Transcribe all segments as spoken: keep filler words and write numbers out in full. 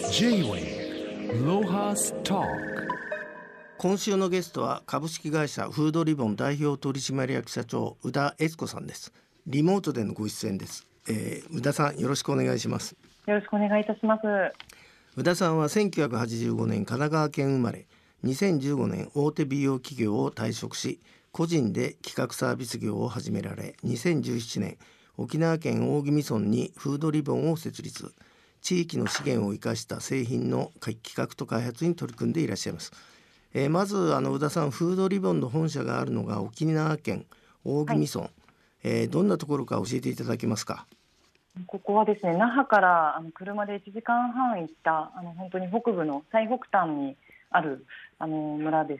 J-Way ロハストーク。今週のゲストは株式会社フードリボン代表取締役社長宇田悦子さんです。リモートでのご出演です、えー、宇田さんよろしくお願いします。 よろしくお願いいたします。 宇田さんはせんきゅうひゃくはちじゅうごねん神奈川県生まれ、にせんじゅうごねん大手美容企業を退職し個人で企画サービス業を始められ、にせんじゅうななねん沖縄県大宜味村にフードリボンを設立。地域の資源を生かした製品の企画と開発に取り組んでいらっしゃいます。えー、まずあの宇田さん、フードリボンの本社があるのが沖縄県大宜味村、はい、えー、どんなところか教えていただけますか。 ここはですね、那覇からあの車でいちじかんはん行ったあの本当に北部の最北端にあるあの村でして、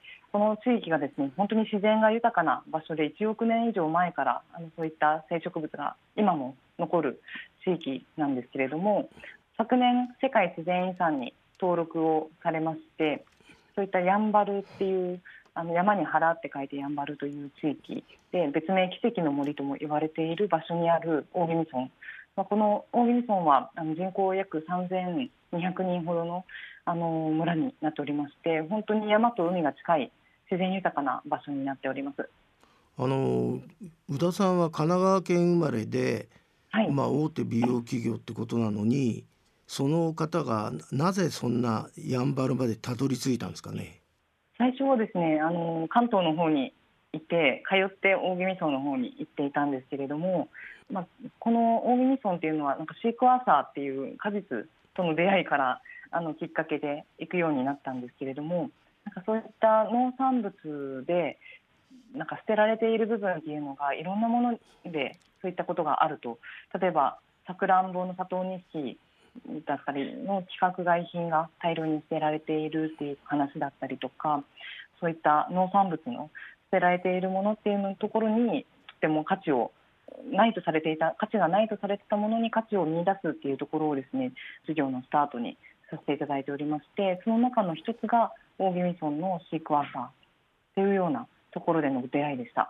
この地域がですね本当に自然が豊かな場所でいちおくねん以上前からあのそういった生植物が今も残る地域なんですけれども、昨年世界自然遺産に登録をされまして、そういったやんばるっていうあの山に原って書いてやんばるという地域で、別名奇跡の森とも言われている場所にある大宜味村、まあ、この大宜味村はあの人口約さんぜんにひゃくにんほどの、あの村になっておりまして、本当に山と海が近い自然豊かな場所になっております。 あの宇田さんは神奈川県生まれで、 はい、 まあ、大手美容企業ってことなのに、その方がなぜそんなやんばるまでたどり着いたんですかね。 最初はですね、あの関東の方にいて通って大宜味村の方に行っていたんですけれども、まあ、この大宜味村っていうのはなんかシークワーサーっていう果実との出会いからあのきっかけで行くようになったんですけれども、なんかそういった農産物でなんか捨てられている部分っていうのがいろんなものでそういったことがあると、例えばさくらんぼの佐藤錦だったりの規格外品が大量に捨てられているっていう話だったりとか、そういった農産物の捨てられているものっていうのところにとても価値をないとされていた価値がないとされていたものに価値を見出すっていうところをですね、事業のスタートにさせていただいておりまして、その中の一つが大宜味村のシークワーサーっていうようなところでの出会いでした。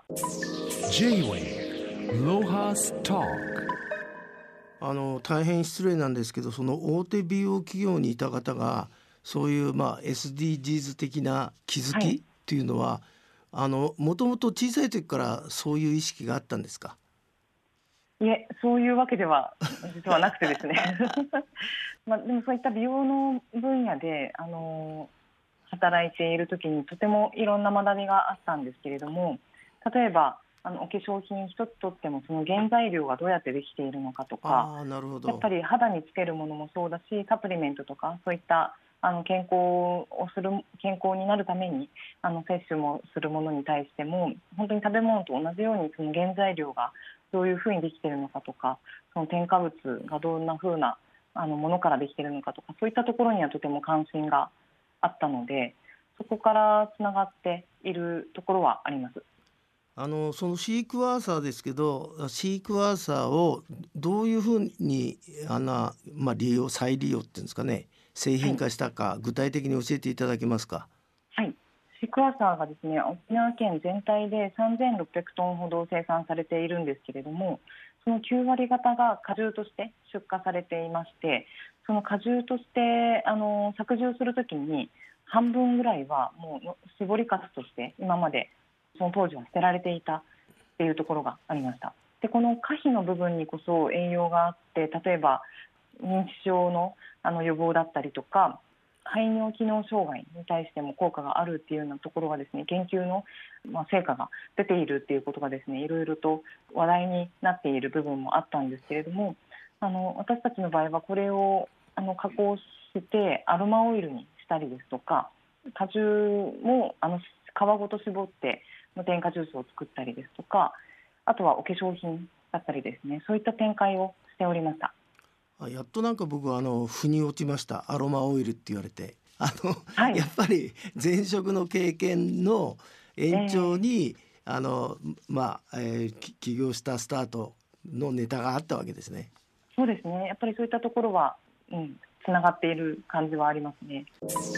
J-Way ロハストーク。あの大変失礼なんですけど、その大手美容企業にいた方がそういう、まあ、エスディージーズ 的な気づきっていうのは、はい、あのもともと小さい時からそういう意識があったんですか。 いえ、そういうわけでは実はなくてですねまあ、でもそういった美容の分野であの働いている時にとてもいろんな学びがあったんですけれども、例えばあのお化粧品一つとってもその原材料がどうやってできているのかとか、 あ、なるほど。 やっぱり肌につけるものもそうだし、サプリメントとかそういったあの健康をする健康になるためにあの摂取もするものに対しても本当に食べ物と同じようにその原材料がどういうふうにできているのかとか、その添加物がどんなふうなあのものからできているのかとか、そういったところにはとても関心があったので、そこからつながっているところはあります。 あのそのシークワーサーですけど、シークワーサーをどういうふうにあの、まあ、利用再利用っていうんですかね、製品化したか、はい、具体的に教えていただけますか。 はい、シークワーサーがですね、沖縄県全体でさんぜんろっぴゃくトンほど生産されているんですけれども、そのきゅうわり方が果汁として出荷されていまして、その果汁としてあの搾乳するときに半分ぐらいはもう搾りかすとして今までその当時は捨てられていたっていうところがありました。で、この可否の部分にこそ栄養があって、例えば認知症の、あの予防だったりとか排尿機能障害に対しても効果があるっていうようなところがですね、研究の、まあ、成果が出ているっていうことがですね、いろいろと話題になっている部分もあったんですけれども、あの私たちの場合はこれをあの加工してアロマオイルにしたりですとか、果汁もあの皮ごと絞って無添加ジュースを作ったりですとか、あとはお化粧品だったりですね、そういった展開をしておりました。 やっとなんか僕はあの腑に落ちました。アロマオイルって言われて、あの、 はい、 やっぱり前職の経験の延長に、えー、あのまあ、えー、起業したスタートのネタがあったわけですね。 そうですね、やっぱりそういったところは、うん、つながっている感じはありますね。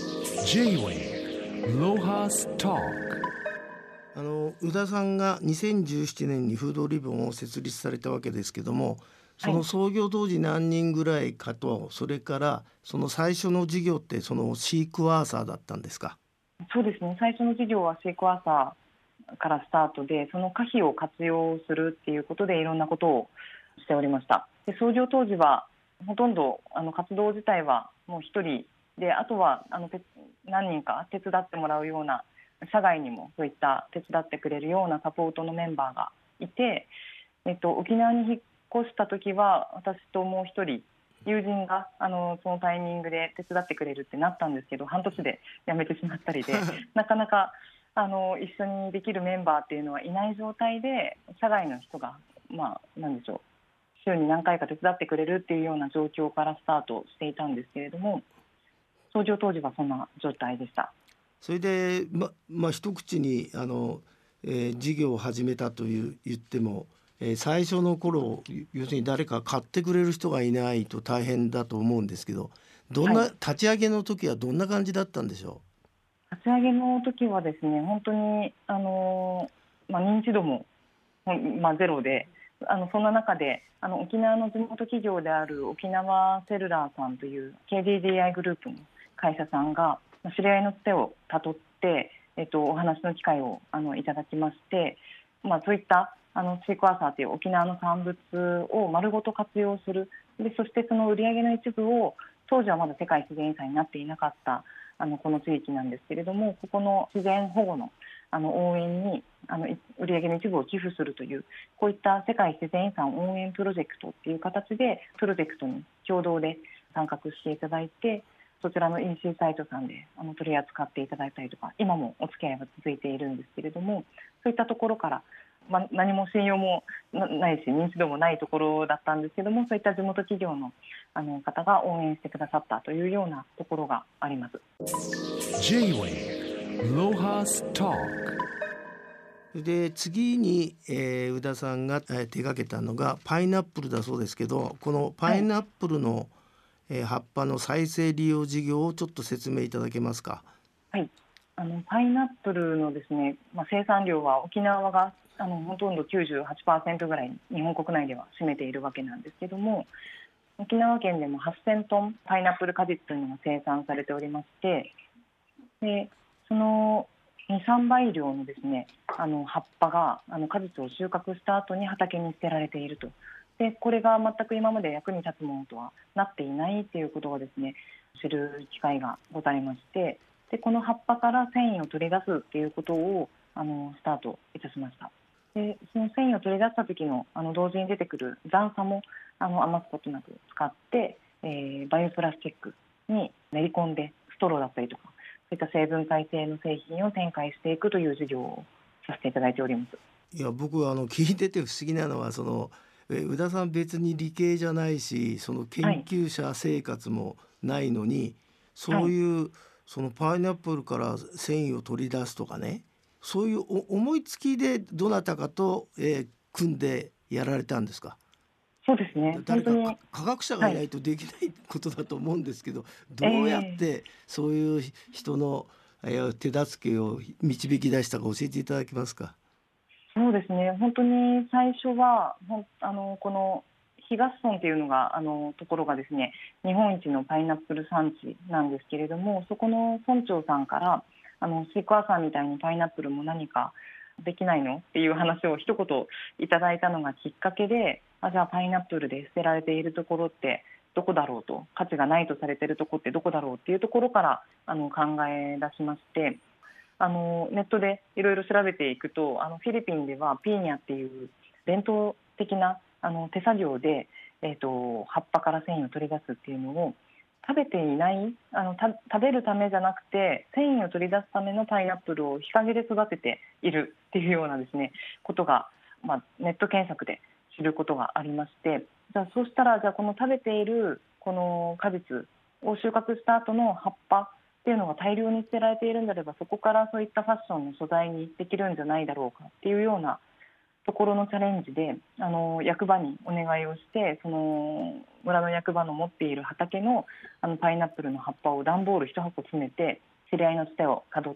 J-Way ロハストーク。あの宇田さんがにせんじゅうななねんにフードリボンを設立されたわけですけども、 その創業当時何人ぐらいかと、それからその最初の事業ってそのシークワーサーだったんですか？ そうですね、最初の事業はシークワーサーからスタートで、その可否を活用するっていうことでいろんなことをしておりました。で、創業当時はほとんどあの活動自体はもう一人で、あとはあのて何人か手伝ってもらうような、社外にもそういった手伝ってくれるようなサポートのメンバーがいて、えっと、沖縄に引っ越した時は私ともう一人友人があのそのタイミングで手伝ってくれるってなったんですけど、半年で辞めてしまったりでなかなかあの一緒にできるメンバーっていうのはいない状態で、社外の人が、まあ、なんでしょう、週に何回か手伝ってくれるっていうような状況からスタートしていたんですけれども、創業当時はそんな状態でした。 それでままあ一口にあの、えー事業を始めたという言っても、えー最初の頃要するに誰か買ってくれる人がいないと大変だと思うんですけど、どんなはい、 立ち上げの時はどんな感じだったんでしょ立ち上げの時はですね、本当にあの、まあ、認知度も、ほんまあ、ゼロで、あのそんな中であの沖縄の地元企業である沖縄セルラーさんという ケーディーディーアイ グループの会社さんがまあ知り合いのつてをたどって、えっと、お話の機会をあのいただきまして、まあ、そういったあのシークワーサーという沖縄の産物を丸ごと活用する。で、そしてその売り上げの一部を、当時はまだ世界自然遺産になっていなかったあのこの地域なんですけれども、ここの自然保護のあの応援にあのい売上の一部を寄付するという、こういった世界自然遺産応援プロジェクトっていう形でプロジェクトに共同で参画していただいて、そちらの イーシー サイトさんであの取り扱っていただいたりとか、今もお付き合いが続いているんですけれども、そういったところから、まあ、何も信用もなないし認知度もないところだったんですけども、そういった地元企業のあの方が応援してくださったというようなところがあります。 J-Way ロハスタークで次に、えー宇田さんが、えー手掛けたのがパイナップルだそうですけど、このパはい、 イナップルの、えー葉っぱの再生利用事業をちょっと説明いただけますか？ はい、あのパイナップルのですね、まあ、生産量は沖縄があのほとんどきゅうじゅうはちパーセントぐらい日本国内では占めているわけなんですけども、沖縄県でもはっせんトンパイナップル果実というのが生産されておりまして、でそのに、さんばい量のですね、あの葉っぱがあの果実を収穫した後に畑に捨てられていると。でこれが全く今まで役に立つものとはなっていないということがですね、知る機会がございまして、でこの葉っぱから繊維を取り出すということをあのスタートいたしました。でその繊維を取り出した時のあの同時に出てくる残渣もあの余すことなく使って、えーバイオプラスチックに練り込んで、ストローだったりとかそういった成分改正の製品を展開していくという事業をさせていただいております。 いや僕はあの聞いてて不思議なのは、そのえー宇田さん別に理系じゃないし、その研はい、 究者生活もないのに、そうはい、 いうそのパイナップルから繊維を取り出すとかね、そういうお思いつきでどなたかと、えー組んでやられたんですか？ そうですね、本誰かか当に、 科学者がはい、 いないとできないことだと思うんですけど、 えどうやっー、 てそういう人の、えー手助けを導き出したか教えていただけますか？ そうですね、本当に最初はほんあのこの東村というのがあのところがですね、日本一のパイナップル産地なんですけれども、そこの村長さんからあのシークワーサーみたいにパイナップルも何かできないのっていう話を一言いただいたのがきっかけで、あじゃあパイナップルで捨てられているところってどこだろうと、価値がないとされているところってどこだろうっていうところからあの考え出しまして、あのネットでいろいろ調べていくと、あのフィリピンではピーニャっていう伝統的なあの手作業で、えー、と葉っぱから繊維を取り出すっていうのを食べていない、あのた食べるためじゃなくて繊維を取り出すためのパイナップルを日陰で育てているっていうようなですねことが、まあ、ネット検索で知ることがありまして、じゃあそうしたら、じゃあこの食べているこの果実を収穫した後の葉っぱっていうのが大量に捨てられているんであれば、そこからそういったファッションの素材にできるんじゃないだろうかっていうようなところのチャレンジで、あの役場にお願いをして、その村の役場の持っている畑の、あのパイナップルの葉っぱを段ボールいち箱詰めて、 知り合いのつてをたどって、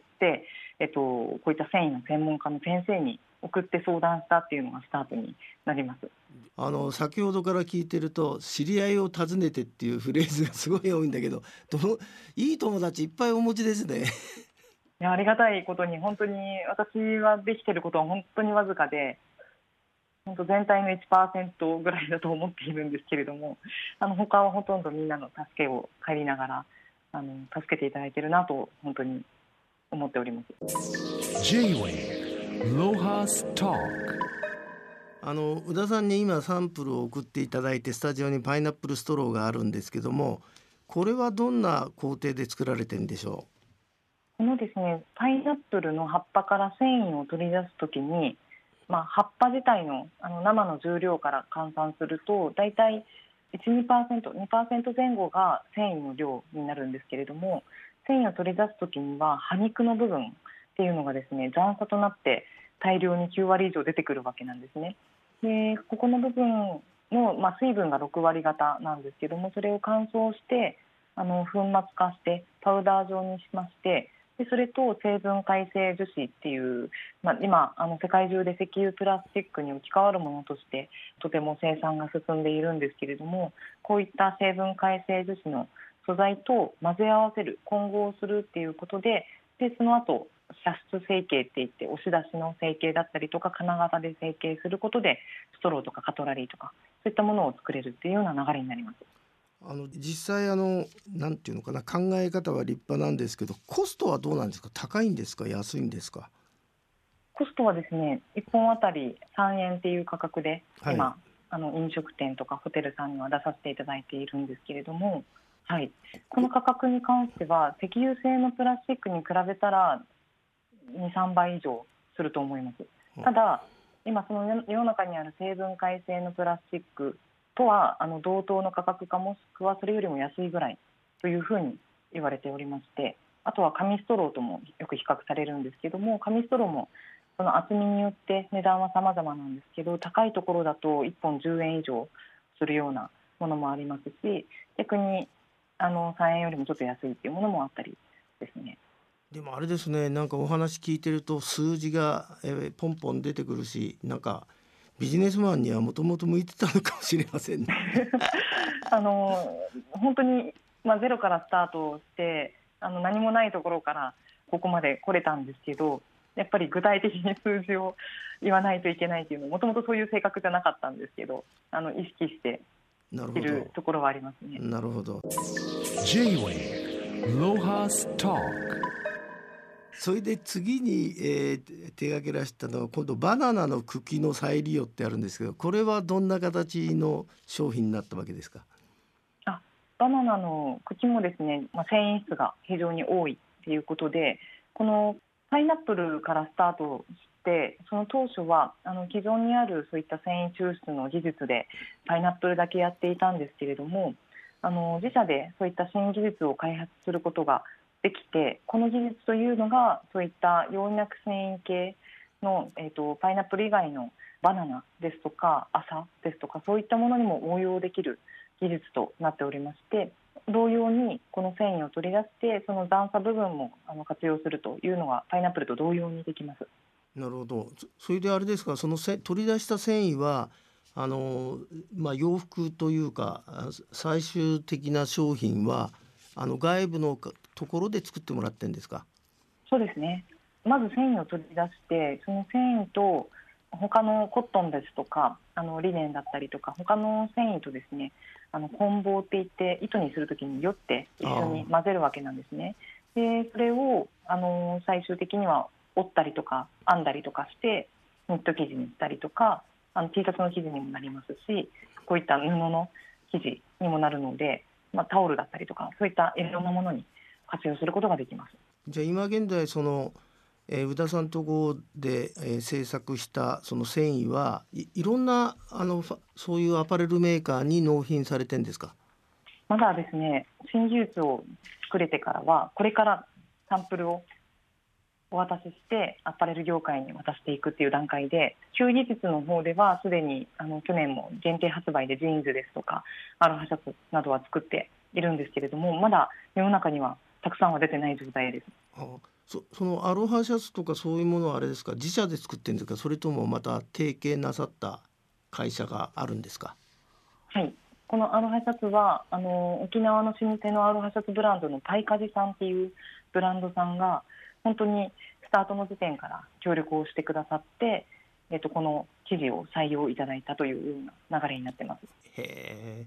えっと、こういった繊維の専門家の先生に送って相談したっていうのがスタートになります。 あの先ほどから聞いてると知り合いを訪ねてっていうフレーズがすごい多いんだけど、どのいい友達いっぱいお持ちですね。 いや、ありがたいことに本当に私はできていることは本当にわずかで、本当全体の いちパーセント ぐらいだと思っているんですけれども、あの他はほとんどみんなの助けを借りながらあの助けていただいているなと本当に思っております。 J-Way ロハストーク。あの宇田さんに今サンプルを送っていただいて、スタジオにパイナップルストローがあるんですけども、これはどんな工程で作られてるんでしょこのですね、パイナップルの葉っぱから繊維を取り出すときに、まあ、葉っぱ自体 の, あの生の重量から換算するとだいたい いち、にパーセント、にパーセント 前後が繊維の量になるんですけれども、繊維を取り出すときには葉肉の部分っていうのがですね、残差となって大量にきゅうわり以上出てくるわけなんですね。でここの部分の、まあ、水分がろくわり型なんですけども、それを乾燥してあの粉末化してパウダー状にしまして、でそれと成分解性樹脂っていう、まあ、今あの世界中で石油プラスチックに置き換わるものとしてとても生産が進んでいるんですけれども、こういった成分解性樹脂の素材と混ぜ合わせる、混合するっていうことで、でその後射出成形っていって押し出しの成形だったりとか金型で成形することでストローとかカトラリーとかそういったものを作れるっていうような流れになります。 う。あの実際あのなんていうのかな、考え方は立派なんですけど、コストはどうなんですか？高いんですか？安いんですか？ コストはですね、いっぽんあたりさんえんっていう価格で、 はい、 今あの飲食店とかホテルさんには出させていただいているんですけれども、はい、この価格に関しては石油製のプラスチックに比べたらに、さんばい以上すると思います。ただ今その世の中にある成分解性のプラスチックとはあの同等の価格か、もしくはそれよりも安いぐらいというふうに言われておりまして、あとは紙ストローともよく比較されるんですけども、紙ストローもその厚みによって値段は様々なんですけど、高いところだといっぽんじゅうえん以上するようなものもありますし、逆にあのさんえんよりもちょっと安いっていうものもあったりですね。 でもあれですね、なんかお話聞いてると数字が、えーポンポン出てくるし、なんかビジネスマンにはもともと向いてたのかもしれませんね。 あの本当に、まあ、ゼロからスタートしてあの何もないところからここまで来れたんですけど、やっぱり具体的に数字を言わないといけないというのもともとそういう性格じゃなかったんですけど、あの意識していなるほど、 るところはありますね。 なるほど。 J-Way ロハストーク。それで次に、えー手掛けらしたのは今度バナナの茎の再利用ってあるんですけど、これはどんな形の商品になったわけですか？ あバナナの茎もですね、まあ、繊維質が非常に多いということで、このパイナップルからスタートして、その当初はあの既存にあるそういった繊維抽出の技術でパイナップルだけやっていたんですけれども、あの自社でそういった新技術を開発することができて、この技術というのがそういった葉脈繊維系の、えーと、パイナップル以外のバナナですとか麻ですとかそういったものにも応用できる技術となっておりまして、同様にこの繊維を取り出してその残差部分もあの活用するというのがパイナップルと同様にできます。 なるほど。そそれであれですか、そのせ取り出した繊維はあの、まあ、洋服というかあ最終的な商品はあの外部のかところで作ってもらってるんですか？ そうですね、まず繊維を取り出して、その繊維と他のコットンですとかあのリネンだったりとか他の繊維とですね、あの混紡っていって糸にするときによって一緒に混ぜるわけなんですね。でそれをあの最終的には折ったりとか編んだりとかしてニット生地にしたりとか、あの T シャツの生地にもなりますし、こういった布の生地にもなるので、まあ、タオルだったりとかそういったいろんなものに活用することができます。 じゃあ今現在その、えー宇田さんとこで、えー制作したその繊維はいいろんなあのファそういうアパレルメーカーに納品されてんですか？ まだですね、新技術を作れてからはこれからサンプルをお渡ししてアパレル業界に渡していくっていう段階で、旧技術の方ではすでにあの去年も限定発売でジーンズですとかアロハシャツなどは作っているんですけれども、まだ世の中にはたくさんは出てない状態です。 あそそのアロハシャツとかそういうものはあれですか、自社で作ってるんですか、それともまた提携なさった会社があるんですか？ はい、このアロハシャツはあの沖縄の老舗のアロハシャツブランドのパイカジさんっていうブランドさんが本当にスタートの時点から協力をしてくださって、えっと、この生地を採用いただいたというような流れになってます。 へえ。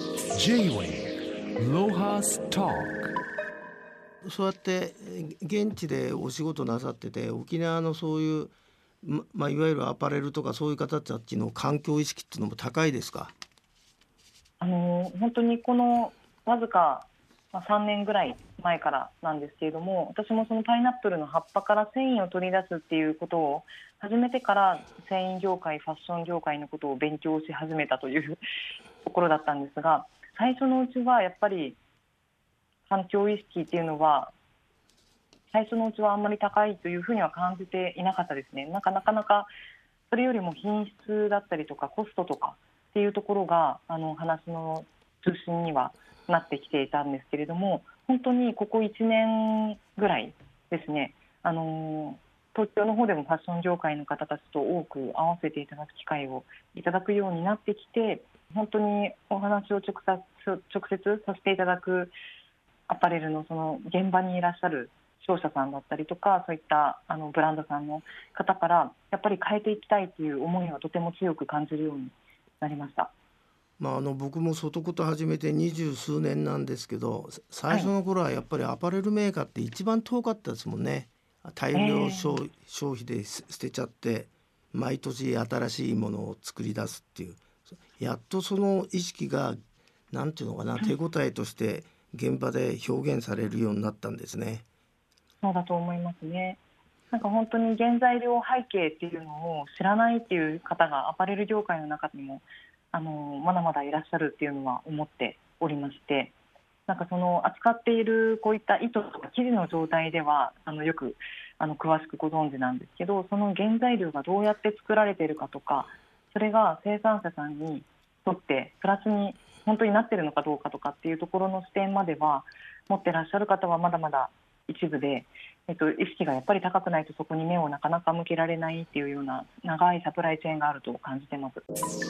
J-Way ロハスターそうやってえ現地でお仕事なさってて、沖縄のそういう、ままあ、いわゆるアパレルとかそういう方たちの環境意識っていうのも高いですか？ あの本当にこのわずか、まあ、さんねんぐらい前からなんですけれども、私もそのパイナップルの葉っぱから繊維を取り出すっていうことを始めてから繊維業界、ファッション業界のことを勉強し始めたというところだったんですが、最初のうちはやっぱり環境意識っていうのは最初のうちはあんまり高いというふうには感じていなかったですね。なんかなかなかそれよりも品質だったりとかコストとかっていうところがあの話の中心にはなってきていたんですけれども、本当にここいちねんぐらいですね、あの東京の方でもファッション業界の方たちと多く会わせていただく機会をいただくようになってきて、本当にお話を直接、直接させていただくアパレルのその現場にいらっしゃる商社さんだったりとか、そういったあのブランドさんの方からやっぱり変えていきたいという思いはとても強く感じるようになりました。 まあ、あの僕も外こと始めて二十数年なんですけど、最はい、 初の頃はやっぱりアパレルメーカーって一番遠かったですもんね。大え量消ー、 費消費で捨てちゃって毎年新しいものを作り出すっていう、やっとその意識がなんていうのかな、手応えとして現場で表現されるようになったんですね。 そうだと思いますね。なんか本当に原材料背景っていうのを知らないっていう方がアパレル業界の中にもあのまだまだいらっしゃるっていうのは思っておりまして、なんかその扱っているこういった糸とか生地の状態ではあのよくあの詳しくご存知なんですけど、その原材料がどうやって作られているかとか、それが生産者さんにとってプラスに本当になっているのかどうかとかっていうところの視点までは持ってらっしゃる方はまだまだ一部で、えっと、意識がやっぱり高くないとそこに目をなかなか向けられないっていうような長いサプライチェーンがあると感じてます。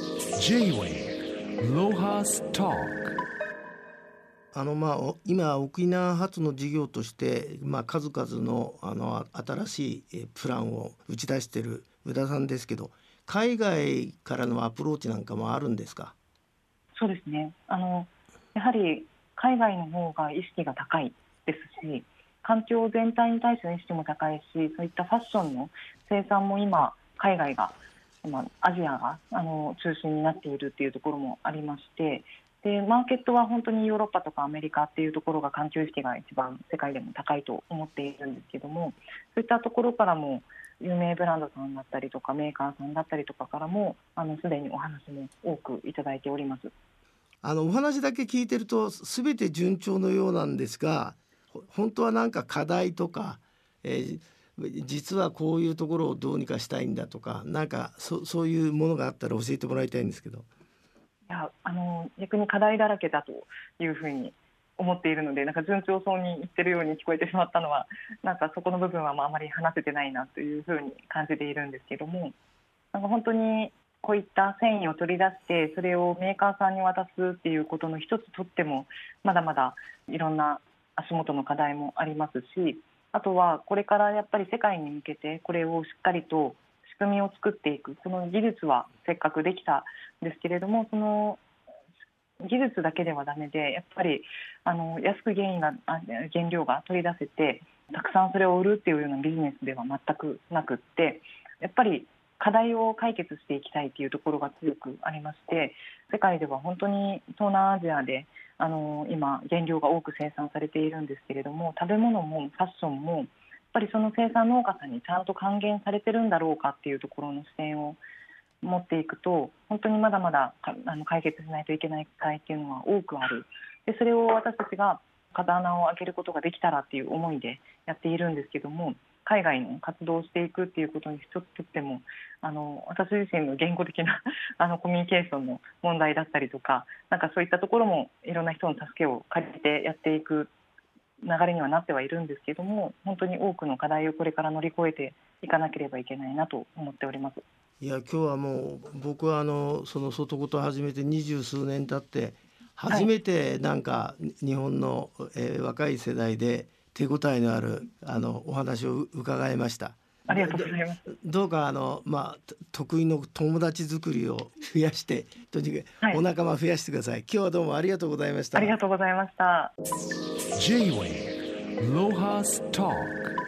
J-Way ロハスターあのまあお今沖縄発の事業として、まあ、数々のあの新しいえプランを打ち出している宇田さんですけど、海外からのアプローチなんかもあるんですか？ そうですね、あのやはり海外の方が意識が高いですし、環境全体に対しての意識も高いし、そういったファッションの生産も今海外が、まあ、アジアがあの中心になっているっていうところもありまして、でマーケットは本当にヨーロッパとかアメリカっていうところが環境意識が一番世界でも高いと思っているんですけども、そういったところからも有名ブランドさんだったりとかメーカーさんだったりとかからもあのすでにお話も多くいただいております。 あのお話だけ聞いてると全て順調のようなんですが、ほ本当はなんか課題とか、えー実はこういうところをどうにかしたいんだとか、なんかそそういうものがあったら教えてもらいたいんですけど。 いやあの逆に課題だらけだというふうに思っているので、なんか順調そうに言ってるように聞こえてしまったのは、なんかそこの部分はまああまり話せてないなというふうに感じているんですけども、なんか本当にこういった繊維を取り出してそれをメーカーさんに渡すっていうことの一つとってもまだまだいろんな足元の課題もありますし、あとはこれからやっぱり世界に向けてこれをしっかりと仕組みを作っていく、その技術はせっかくできたんですけれども、その技術だけではダメで、やっぱりあの安く原因があ原料が取り出せてたくさんそれを売るっていうようなビジネスでは全くなくって、やっぱり課題を解決していきたいというところが強くありまして、世界では本当に東南アジアであの今原料が多く生産されているんですけれども、食べ物もファッションもやっぱりその生産農家さんにちゃんと還元されてるんだろうかっていうところの視点を持っていくと、本当にまだまだかあの解決しないといけない課題っていうのは多くある。でそれを私たちが風穴を開けることができたらっていう思いでやっているんですけども、海外の活動をしていくっていうことに一つとってもあの私自身の言語的なあのコミュニケーションの問題だったりとか、なんかそういったところもいろんな人の助けを借りてやっていく流れにはなってはいるんですけども、本当に多くの課題をこれから乗り越えていかなければいけないなと思っております。 いや今日はもう僕はあのその外事を始めて二十数年経って初めてなんか日本の、えー若い世代で手応えのあるあのお話を伺いました。 ありがとうございます。 どどうかあの、まあ、得意の友達作りを増やしてとにかはいくお仲間増やしてください。今日はどうもありがとうございました。 ありがとうございました。 J-Wave Lohas Talk